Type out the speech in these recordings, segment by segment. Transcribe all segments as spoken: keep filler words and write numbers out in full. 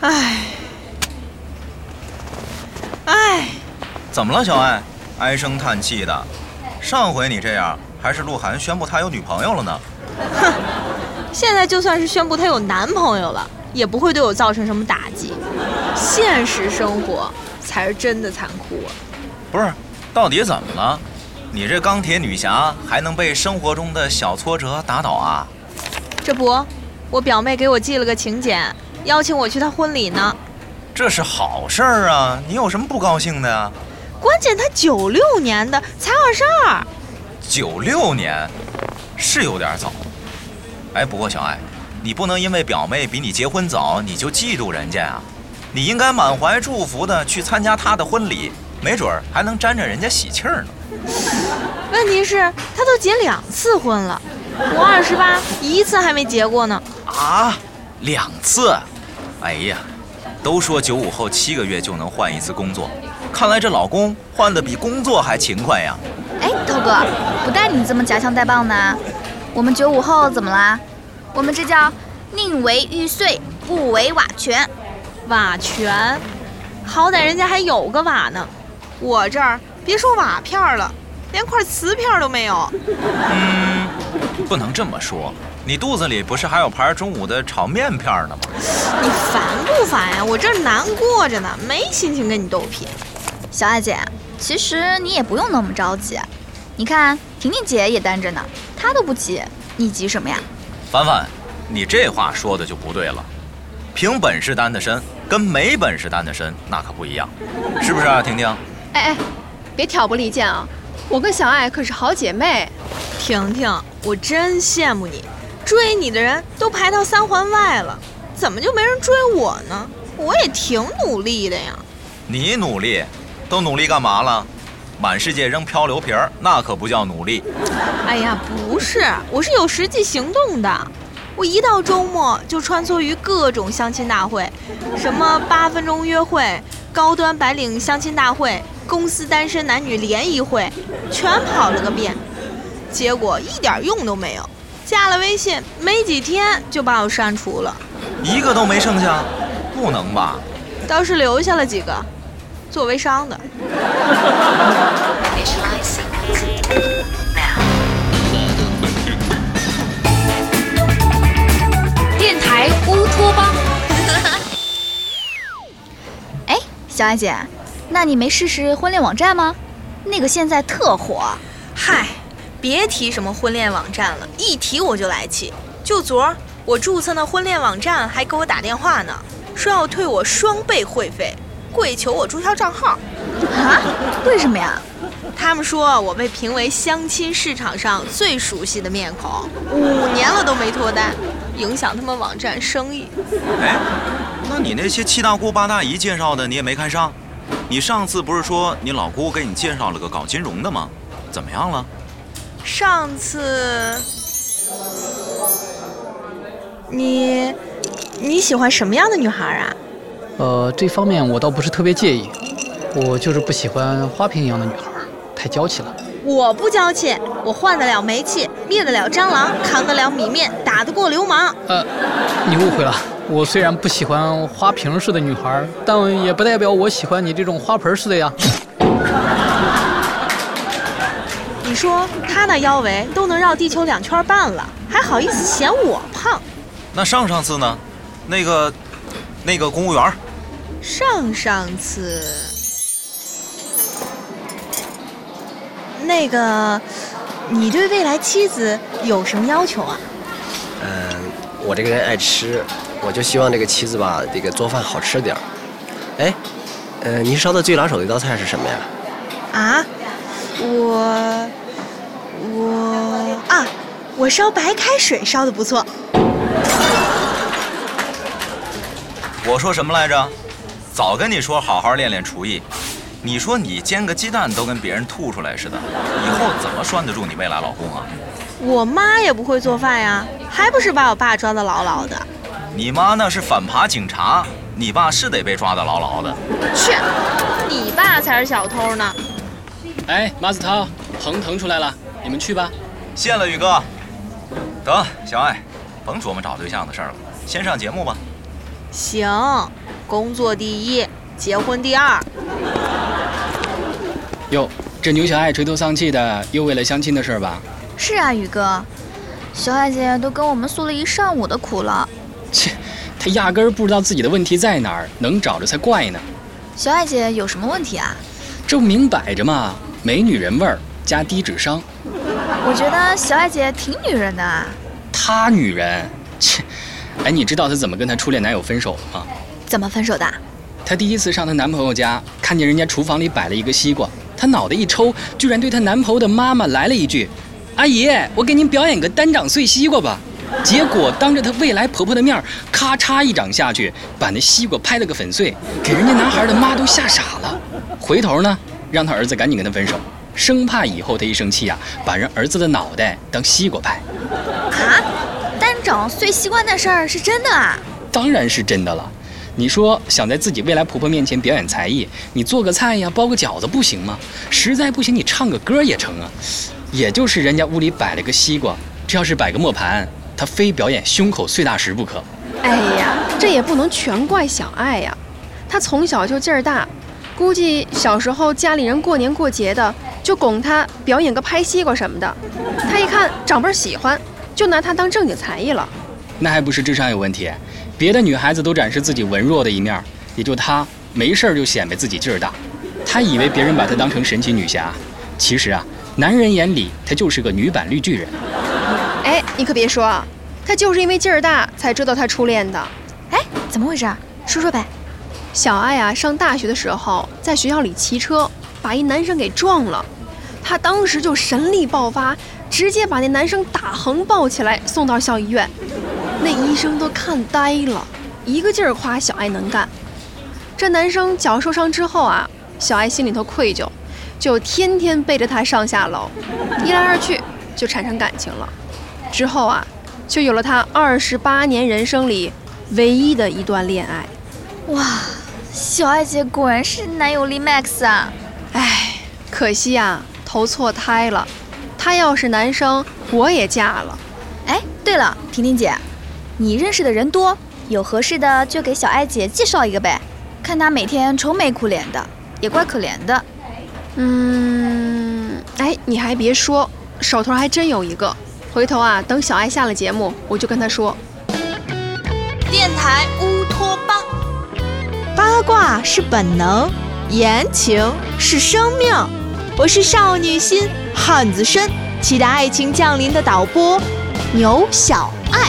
唉，唉， 怎么了，小爱？唉声叹气的。上回你这样，还是鹿晗宣布他有女朋友了呢。 哼，现在就算是宣布他有男朋友了，也不会对我造成什么打击。现实生活才是真的残酷啊！ 不是，到底怎么了？你这钢铁女侠还能被生活中的小挫折打倒啊？ 这不，我表妹给我寄了个请柬，邀请我去她婚礼呢。 这是好事儿啊，你有什么不高兴的呀？ 关键她九六年的，才二十二。 九六年，是有点早。哎，不过小爱，你不能因为表妹比你结婚早，你就嫉妒人家啊！你应该满怀祝福的去参加她的婚礼，没准还能沾着人家喜气儿呢。 问题是，她都结两次婚了，我二十八，一次还没结过呢。 啊，两次？哎呀，都说九五后七个月就能换一次工作，看来这老公换的比工作还勤快呀。 哎，涛哥，不带你这么夹枪带棒的。我们九五后怎么啦？我们这叫宁为玉碎，不为瓦全。 瓦全，好歹人家还有个瓦呢，我这儿别说瓦片了，连块瓷片都没有。 嗯，不能这么说，你肚子里不是还有盘中午的炒面片呢吗？ 你烦不烦呀？我这儿难过着呢，没心情跟你斗贫。 小爱姐，其实你也不用那么着急，你看婷婷姐也单着呢，她都不急，你急什么呀？ 凡凡，你这话说的就不对了。凭本事单的身跟没本事单的身那可不一样，是不是啊，婷婷？ 哎哎，别挑拨离间啊！我跟小爱可是好姐妹。 婷婷，我真羡慕你，追你的人都排到三环外了，怎么就没人追我呢？我也挺努力的呀。 你努力，都努力干嘛了？满世界扔漂流瓶儿，那可不叫努力。 哎呀，不是，我是有实际行动的。我一到周末就穿梭于各种相亲大会，什么八分钟约会、高端白领相亲大会、公司单身男女联谊会，全跑了个遍。结果一点用都没有，加了微信没几天就把我删除了， 一个都没剩下？不能吧？ 倒是留下了几个做微商的。 电台乌托邦。哎，小爱姐，那你没试试婚恋网站吗？那个现在特火。 嗨，别提什么婚恋网站了，一提我就来气。就昨儿我注册那婚恋网站还给我打电话呢，说要退我双倍会费，跪求我注销账号。 啊？为什么呀？ 他们说我被评为相亲市场上最熟悉的面孔，五年了都没脱单，影响他们网站生意。 哎，那你那些七大姑八大姨介绍的你也没看上？你上次不是说你老姑给你介绍了个搞金融的吗？怎么样了？ 上次你你喜欢什么样的女孩啊？ 呃，这方面我倒不是特别介意，我就是不喜欢花瓶一样的女孩，太娇气了。 我不娇气，我换得了煤气，灭得了蟑螂，扛得了米面，打得过流氓。 呃，你误会了，我虽然不喜欢花瓶式的女孩，但也不代表我喜欢你这种花盆式的呀。 你说他那腰围都能绕地球两圈半了，还好意思嫌我胖？ 那上上次呢？那个那个公务员？ 上上次那个，你对未来妻子有什么要求啊？ 嗯、呃，我这个人爱吃，我就希望这个妻子吧，这个做饭好吃点儿。哎，呃，你烧的最拿手的一道菜是什么呀？ 啊，我我啊，我烧白开水烧的不错。 我说什么来着？早跟你说好好练练厨艺。你说你煎个鸡蛋都跟别人吐出来似的，以后怎么拴得住你未来老公啊？ 我妈也不会做饭呀，还不是把我爸抓得牢牢的。 你妈那是反扒警察，你爸是得被抓得牢牢的。 去，你爸才是小偷呢。 哎，马子涛，鹏腾出来了，你们去吧。 谢了宇哥。得，小爱，甭琢磨找对象的事儿了，先上节目吧。 行， 工作第一，结婚第二。 哟，这牛小爱垂头丧气的，又为了相亲的事吧？ 是啊，宇哥，小爱姐都跟我们诉了一上午的苦了。 切，她压根儿不知道自己的问题在哪儿，能找着才怪呢。 小爱姐有什么问题啊？ 这不明摆着嘛，没女人味儿加低智商。 我觉得小爱姐挺女人的啊。 她女人？切，哎，你知道她怎么跟她初恋男友分手的吗？ 怎么分手的？ 她第一次上她男朋友家，看见人家厨房里摆了一个西瓜，她脑袋一抽，居然对她男朋友的妈妈来了一句：“阿姨，我给您表演个单掌碎西瓜吧。”结果当着她未来婆婆的面，咔嚓一掌下去，把那西瓜拍了个粉碎，给人家男孩的妈都吓傻了。回头呢，让他儿子赶紧跟她分手，生怕以后她一生气啊，把人儿子的脑袋当西瓜拍。 啊？单掌碎西瓜那事儿是真的啊？ 当然是真的了。你说想在自己未来婆婆面前表演才艺，你做个菜呀，包个饺子不行吗？实在不行，你唱个歌也成啊。也就是人家屋里摆了个西瓜，这要是摆个磨盘，她非表演胸口碎大石不可。 哎呀，这也不能全怪小爱呀，她从小就劲儿大，估计小时候家里人过年过节的就拱她表演个拍西瓜什么的，她一看长辈喜欢，就拿她当正经才艺了。 那还不是智商有问题？别的女孩子都展示自己文弱的一面，也就她没事就显摆自己劲儿大。她以为别人把她当成神奇女侠，其实啊，男人眼里她就是个女版绿巨人。 哎，你可别说啊，她就是因为劲儿大才知道她初恋的。 哎，怎么回事？说说呗。 小爱啊，上大学的时候在学校里骑车，把一男生给撞了。她当时就神力爆发，直接把那男生打横抱起来送到校医院。那医生都看呆了，一个劲儿夸小爱能干。这男生脚受伤之后啊，小爱心里头愧疚，就天天背着他上下楼，一来二去就产生感情了。之后啊，就有了他二十八年人生里唯一的一段恋爱。 哇，小爱姐果然是男友力 max 啊！ 哎，可惜啊，投错胎了。他要是男生，我也嫁了。 哎，对了，婷婷姐，你认识的人多，有合适的就给小爱姐介绍一个呗。看她每天愁眉苦脸的，也怪可怜的。 嗯，哎，你还别说，手头还真有一个。回头啊，等小爱下了节目，我就跟她说。 电台乌托邦，八卦是本能，言情是生命。我是少女心汉子身，期待爱情降临的导播牛小爱。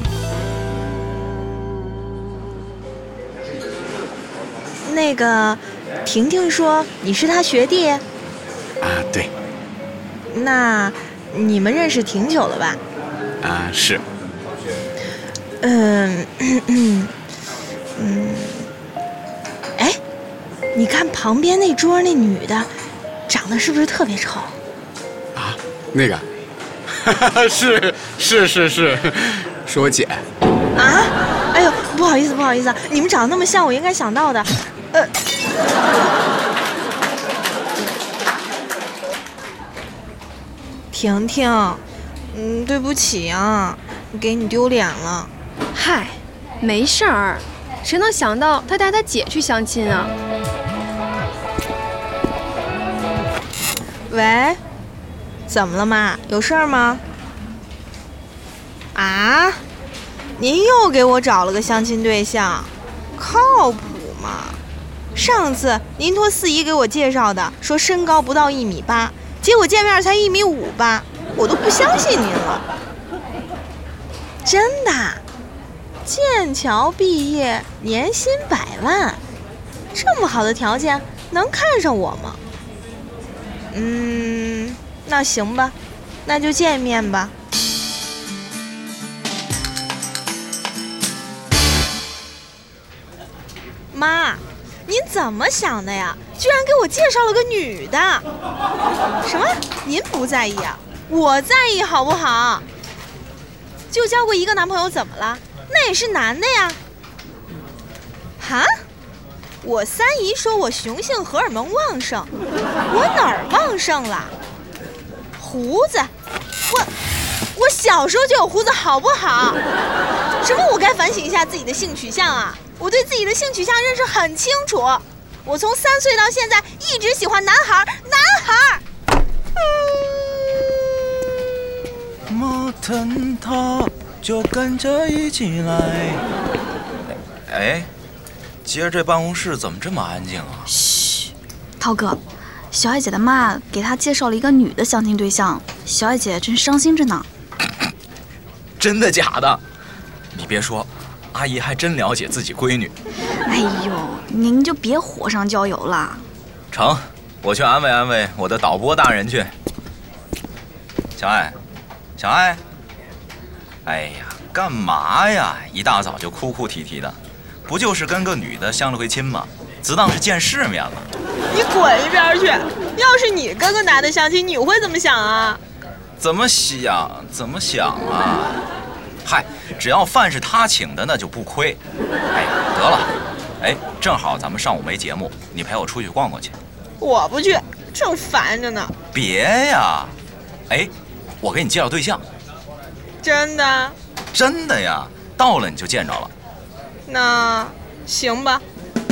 那个，婷婷说你是她学弟。 啊，对。 那你们认识挺久了吧？ 啊，是。 嗯嗯嗯，哎，你看旁边那桌那女的，长得是不是特别丑？ 啊，那个，是是是是，是我姐。 啊？哎呦，不好意思不好意思，你们长得那么像，我应该想到的。呃，婷婷，嗯，对不起啊，给你丢脸了。 嗨，没事儿，谁能想到他带他姐去相亲啊？ 喂，怎么了妈？有事儿吗？啊？您又给我找了个相亲对象，靠谱吗？上次您托四姨给我介绍的，说身高不到一米八，结果见面才一米五八，我都不相信您了。真的？剑桥毕业，年薪百万，这么好的条件，能看上我吗？嗯，那行吧，那就见面吧。妈，您怎么想的呀？居然给我介绍了个女的。什么？您不在意啊？我在意好不好？就交过一个男朋友怎么了？那也是男的呀。哈？我三姨说我雄性荷尔蒙旺盛，我哪儿旺盛了？胡子，我我小时候就有胡子，好不好？什么我该反省一下自己的性取向啊？我对自己的性取向认识很清楚，我从三岁到现在一直喜欢男孩，男孩。 莫疼他，就跟着一起来。哎，今儿这办公室怎么这么安静啊？ 嘘，涛哥，小艾姐的妈给她介绍了一个女的相亲对象，小艾姐真伤心着呢。 真的假的？你别说，阿姨还真了解自己闺女。 哎呦，您就别火上浇油了。 成，我去安慰安慰我的导播大人去。小艾，小艾，哎呀，干嘛呀？一大早就哭哭啼啼的，不就是跟个女的相了回亲吗？只当是见世面了。 你滚一边去！要是你跟个男的相亲，你会怎么想啊？ 怎么想？怎么想啊？嗨，只要饭是他请的，那就不亏。哎呀，得了，哎，正好咱们上午没节目，你陪我出去逛逛去。 我不去，正烦着呢。 别呀，哎，我给你介绍对象。 真的？ 真的呀，到了你就见着了。 那行吧。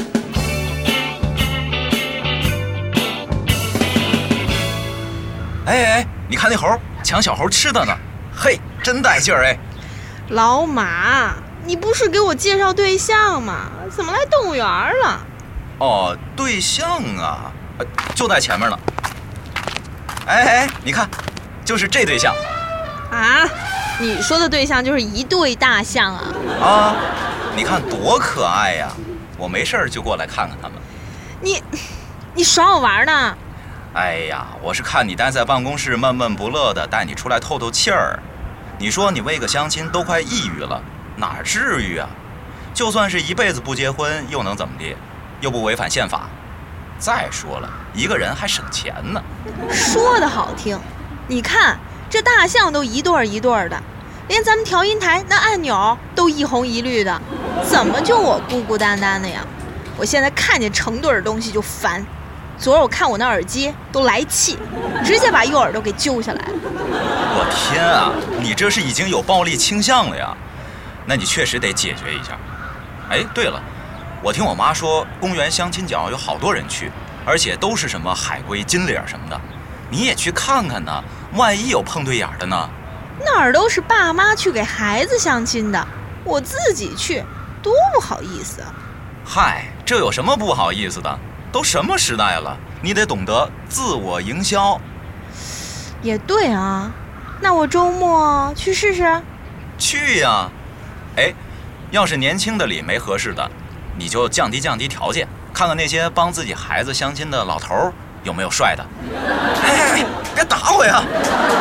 哎哎，你看那猴抢小猴吃的呢，嘿，真带劲儿哎！ 老马，你不是给我介绍对象吗？怎么来动物园了？ 哦，对象啊，就在前面呢。哎哎，你看，就是这对象。 啊？你说的对象就是一对大象啊？ 啊，你看多可爱呀！我没事儿就过来看看他们。 你，你耍我玩呢？ 哎呀，我是看你待在办公室闷闷不乐的，带你出来透透气儿。你说你为个相亲都快抑郁了，哪至于啊？就算是一辈子不结婚，又能怎么的？又不违反宪法。再说了，一个人还省钱呢。 说得好听，你看这大象都一对儿一对儿的，连咱们调音台那按钮都一红一绿的，怎么就我孤孤单单的呀？我现在看见成对儿的东西就烦。昨儿我看我那耳机都来气，直接把右耳朵给揪下来了。 我天啊，你这是已经有暴力倾向了呀？那你确实得解决一下。哎，对了，我听我妈说公园相亲角有好多人去，而且都是什么海龟、金领什么的，你也去看看呢，万一有碰对眼的呢？ 那儿都是爸妈去给孩子相亲的，我自己去多不好意思啊。 嗨，这有什么不好意思的？都什么时代了，你得懂得自我营销。 也对啊，那我周末去试试。 去呀！哎，要是年轻的里没合适的，你就降低降低条件，看看那些帮自己孩子相亲的老头儿有没有帅的。哎哎哎，别打我呀！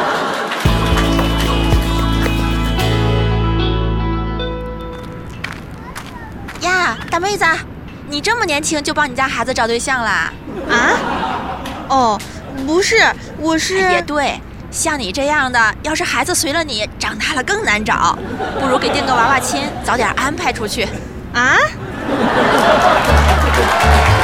呀，大妹子，你这么年轻就帮你家孩子找对象啦？ 啊？哦，不是，我是…… 也对，像你这样的，要是孩子随了你，长大了更难找，不如给定个娃娃亲，早点安排出去。 啊？